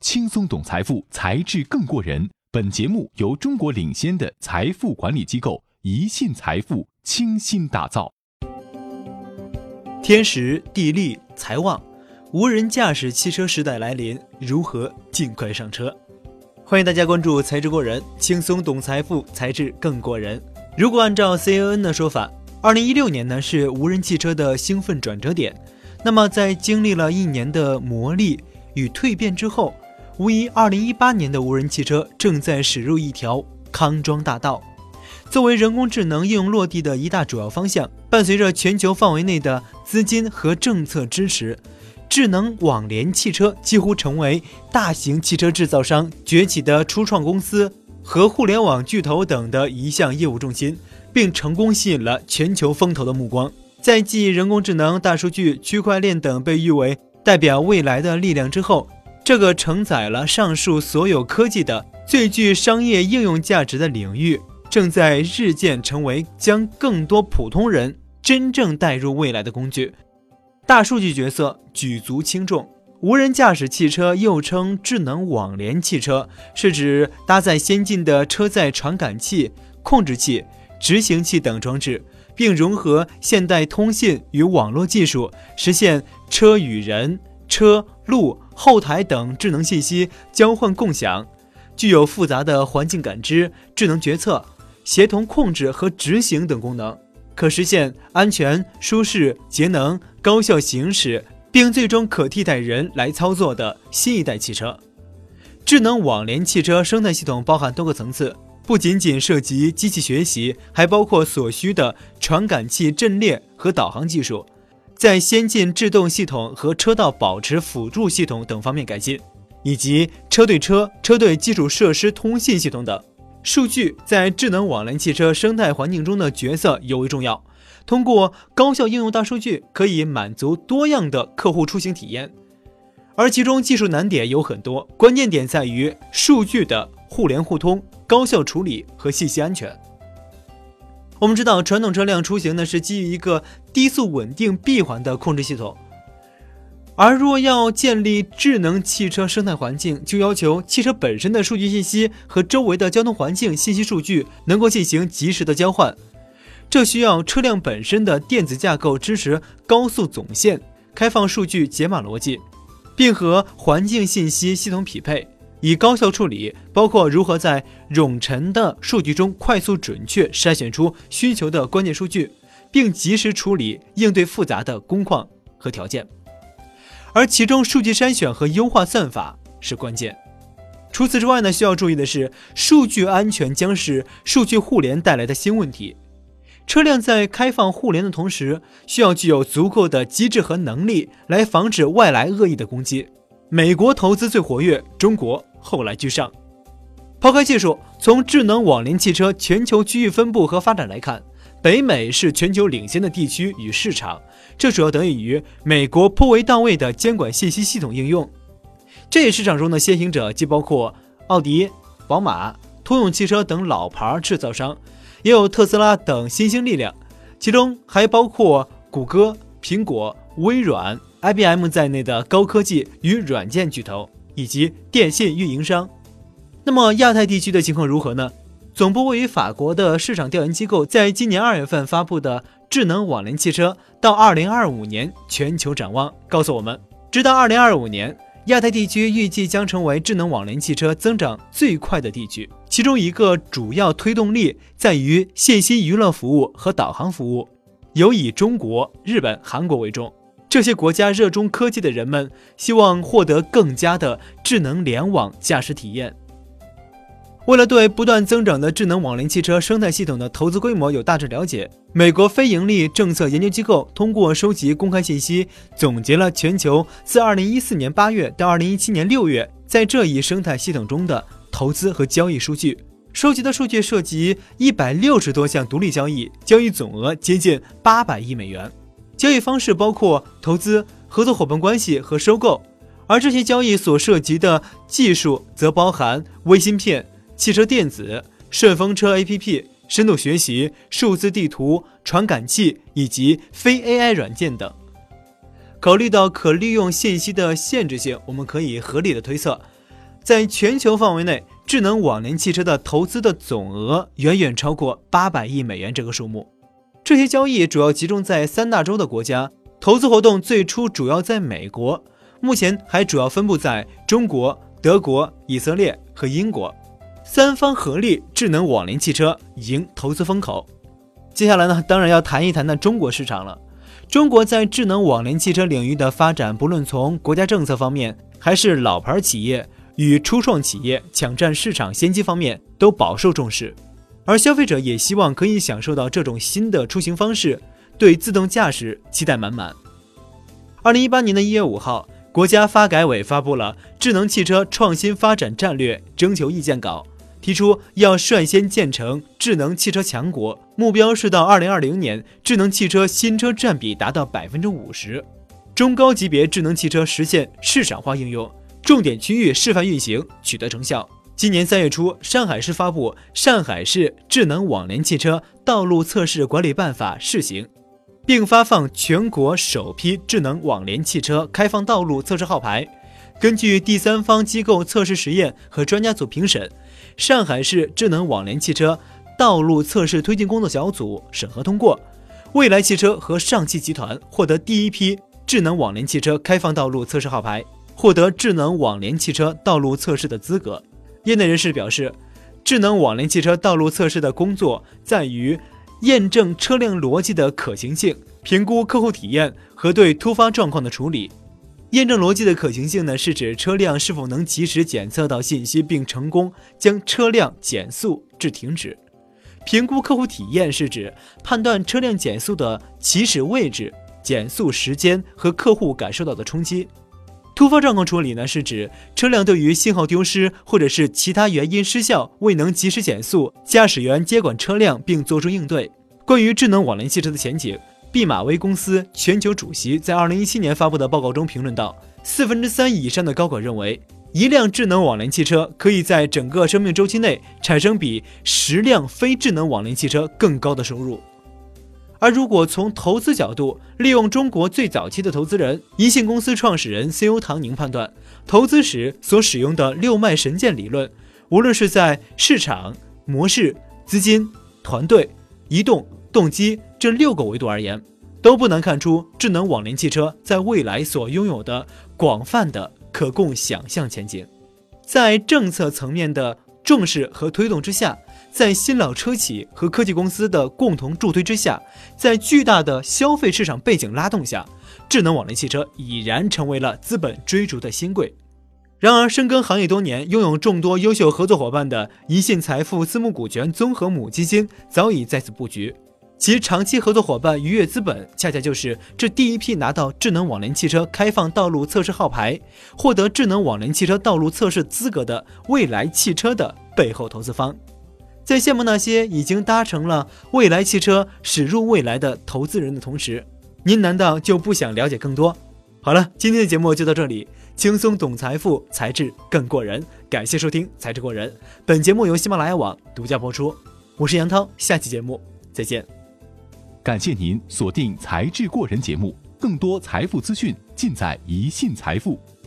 轻松懂财富，才智更过人。本节目由中国领先的财富管理机构宜信财富倾心打造。 天时地利财旺，无人驾驶汽车时代来临，如何尽快上车？欢迎大家关注才智过人，轻松懂财富，才智更过人。如果按照 CNN 的说法，2016年呢是无人汽车的兴奋转折点。那么在经历了1年的磨砺与蜕变之后，无疑2018年的无人汽车正在驶入一条康庄大道。作为人工智能应用落地的一大主要方向，伴随着全球范围内的资金和政策支持，智能网联汽车几乎成为大型汽车制造商崛起的初创公司和互联网巨头等的一项业务重心，并成功吸引了全球风投的目光。在继人工智能、大数据、区块链等被誉为代表未来的力量之后，这个承载了上述所有科技的最具商业应用价值的领域，正在日渐成为将更多普通人真正带入未来的工具。大数据角色举足轻重。无人驾驶汽车又称智能网联汽车，是指搭载先进的车载传感器、控制器、执行器等装置，并融合现代通信与网络技术，实现车与人、车、路、后台等智能信息交换共享，具有复杂的环境感知、智能决策、协同控制和执行等功能，可实现安全、舒适、节能、高效行驶，并最终可替代人来操作的新一代汽车。智能网联汽车生态系统包含多个层次，不仅仅涉及机器学习，还包括所需的传感器阵列和导航技术，在先进制动系统和车道保持辅助系统等方面改进，以及车对车、车对基础设施通信系统等。数据在智能网联汽车生态环境中的角色尤为重要。通过高效应用大数据，可以满足多样的客户出行体验，而其中技术难点有很多，关键点在于数据的互联互通、高效处理和信息安全。我们知道，传统车辆出行呢是基于一个低速稳定闭环的控制系统，而若要建立智能汽车生态环境，就要求汽车本身的数据信息和周围的交通环境信息数据能够进行及时的交换。这需要车辆本身的电子架构支持高速总线、开放数据解码逻辑，并和环境信息系统匹配，以高效处理，包括如何在冗陈的数据中快速准确筛选出需求的关键数据，并及时处理应对复杂的工况和条件。而其中数据筛选和优化算法是关键。除此之外呢，需要注意的是，数据安全将是数据互联带来的新问题。车辆在开放互联的同时，需要具有足够的机制和能力来防止外来恶意的攻击。美国投资最活跃，中国后来居上。抛开技术，从智能网联汽车全球区域分布和发展来看，北美是全球领先的地区与市场，这主要得益于美国颇为到位的监管信息系统应用。这一市场中的先行者既包括奥迪、宝马、通用汽车等老牌制造商，也有特斯拉等新兴力量，其中还包括谷歌、苹果、微软、IBM 在内的高科技与软件巨头，以及电信运营商。那么亚太地区的情况如何呢？总部位于法国的市场调研机构在今年2月份发布的智能网联汽车到2025年全球展望告诉我们，直到2025年，亚太地区预计将成为智能网联汽车增长最快的地区，其中一个主要推动力在于信息娱乐服务和导航服务，尤以中国、日本、韩国为重。这些国家热衷科技的人们希望获得更加的智能联网驾驶体验。为了对不断增长的智能网联汽车生态系统的投资规模有大致了解，美国非盈利政策研究机构通过收集公开信息，总结了全球自2014年8月到2017年6月在这一生态系统中的投资和交易数据。收集的数据涉及160多项独立交易，交易总额接近800亿美元。交易方式包括投资、合作伙伴关系和收购，而这些交易所涉及的技术则包含微芯片、汽车电子、顺风车 APP、深度学习、数字地图、传感器以及非 AI 软件等。考虑到可利用信息的限制性，我们可以合理的推测， 在全球范围内，智能网联汽车的投资的总额远远超过800亿美元这个数目。这些交易主要集中在3大洲的国家，投资活动最初主要在美国，目前还主要分布在中国、德国、以色列和英国。三方合力智能网联汽车迎投资风口。接下来呢，当然要谈一谈中国市场了。中国在智能网联汽车领域的发展，不论从国家政策方面，还是老牌企业与初创企业抢占市场先机方面，都饱受重视。而消费者也希望可以享受到这种新的出行方式，对自动驾驶期待满满。2018年1月5号，国家发改委发布了智能汽车创新发展战略征求意见稿，提出要率先建成智能汽车强国，目标是到2020年智能汽车新车占比达到 50%， 中高级别智能汽车实现市场化应用，重点区域示范运行取得成效。今年3月初，上海市发布《上海市智能网联汽车道路测试管理办法》试行，并发放全国首批智能网联汽车开放道路测试号牌。根据第三方机构测试实验和专家组评审，上海市智能网联汽车道路测试推进工作小组审核通过，蔚来汽车和上汽集团获得第一批智能网联汽车开放道路测试号牌，获得智能网联汽车道路测试的资格。业内人士表示，智能网联汽车道路测试的工作在于验证车辆逻辑的可行性，评估客户体验和对突发状况的处理。验证逻辑的可行性呢，是指车辆是否能及时检测到信息，并成功将车辆减速至停止。评估客户体验是指判断车辆减速的起始位置、减速时间和客户感受到的冲击。突发状况处理呢，是指车辆对于信号丢失或者是其他原因失效，未能及时减速，驾驶员接管车辆并做出应对。关于智能网联汽车的前景，毕马威公司全球主席在2017年发布的报告中评论道，3%以上的高管认为，一辆智能网联汽车可以在整个生命周期内产生比10辆非智能网联汽车更高的收入。而如果从投资角度，利用中国最早期的投资人宜信公司创始人 CEO 唐宁判断，投资时所使用的六脉神剑理论，无论是在市场、模式、资金、团队、移动、动机这6个维度而言，都不难看出智能网联汽车在未来所拥有的广泛的可供想象前景。在政策层面的重视和推动之下，在新老车企和科技公司的共同助推之下，在巨大的消费市场背景拉动下，智能网联汽车已然成为了资本追逐的新贵。然而，深耕行业多年、拥有众多优秀合作伙伴的宜信财富私募股权综合母基金早已在此布局，其长期合作伙伴愉悦资本恰恰就是这第一批拿到智能网联汽车开放道路测试号牌、获得智能网联汽车道路测试资格的蔚来汽车的背后投资方。在羡慕那些已经搭乘了蔚来汽车驶入未来的投资人的同时，您难道就不想了解更多？好了，今天的节目就到这里，轻松懂财富，才智更过人。感谢收听才智过人，本节目由喜马拉雅网独家播出，我是杨涛，下期节目再见。 感谢您锁定才智过人节目，更多财富资讯尽在宜信财富。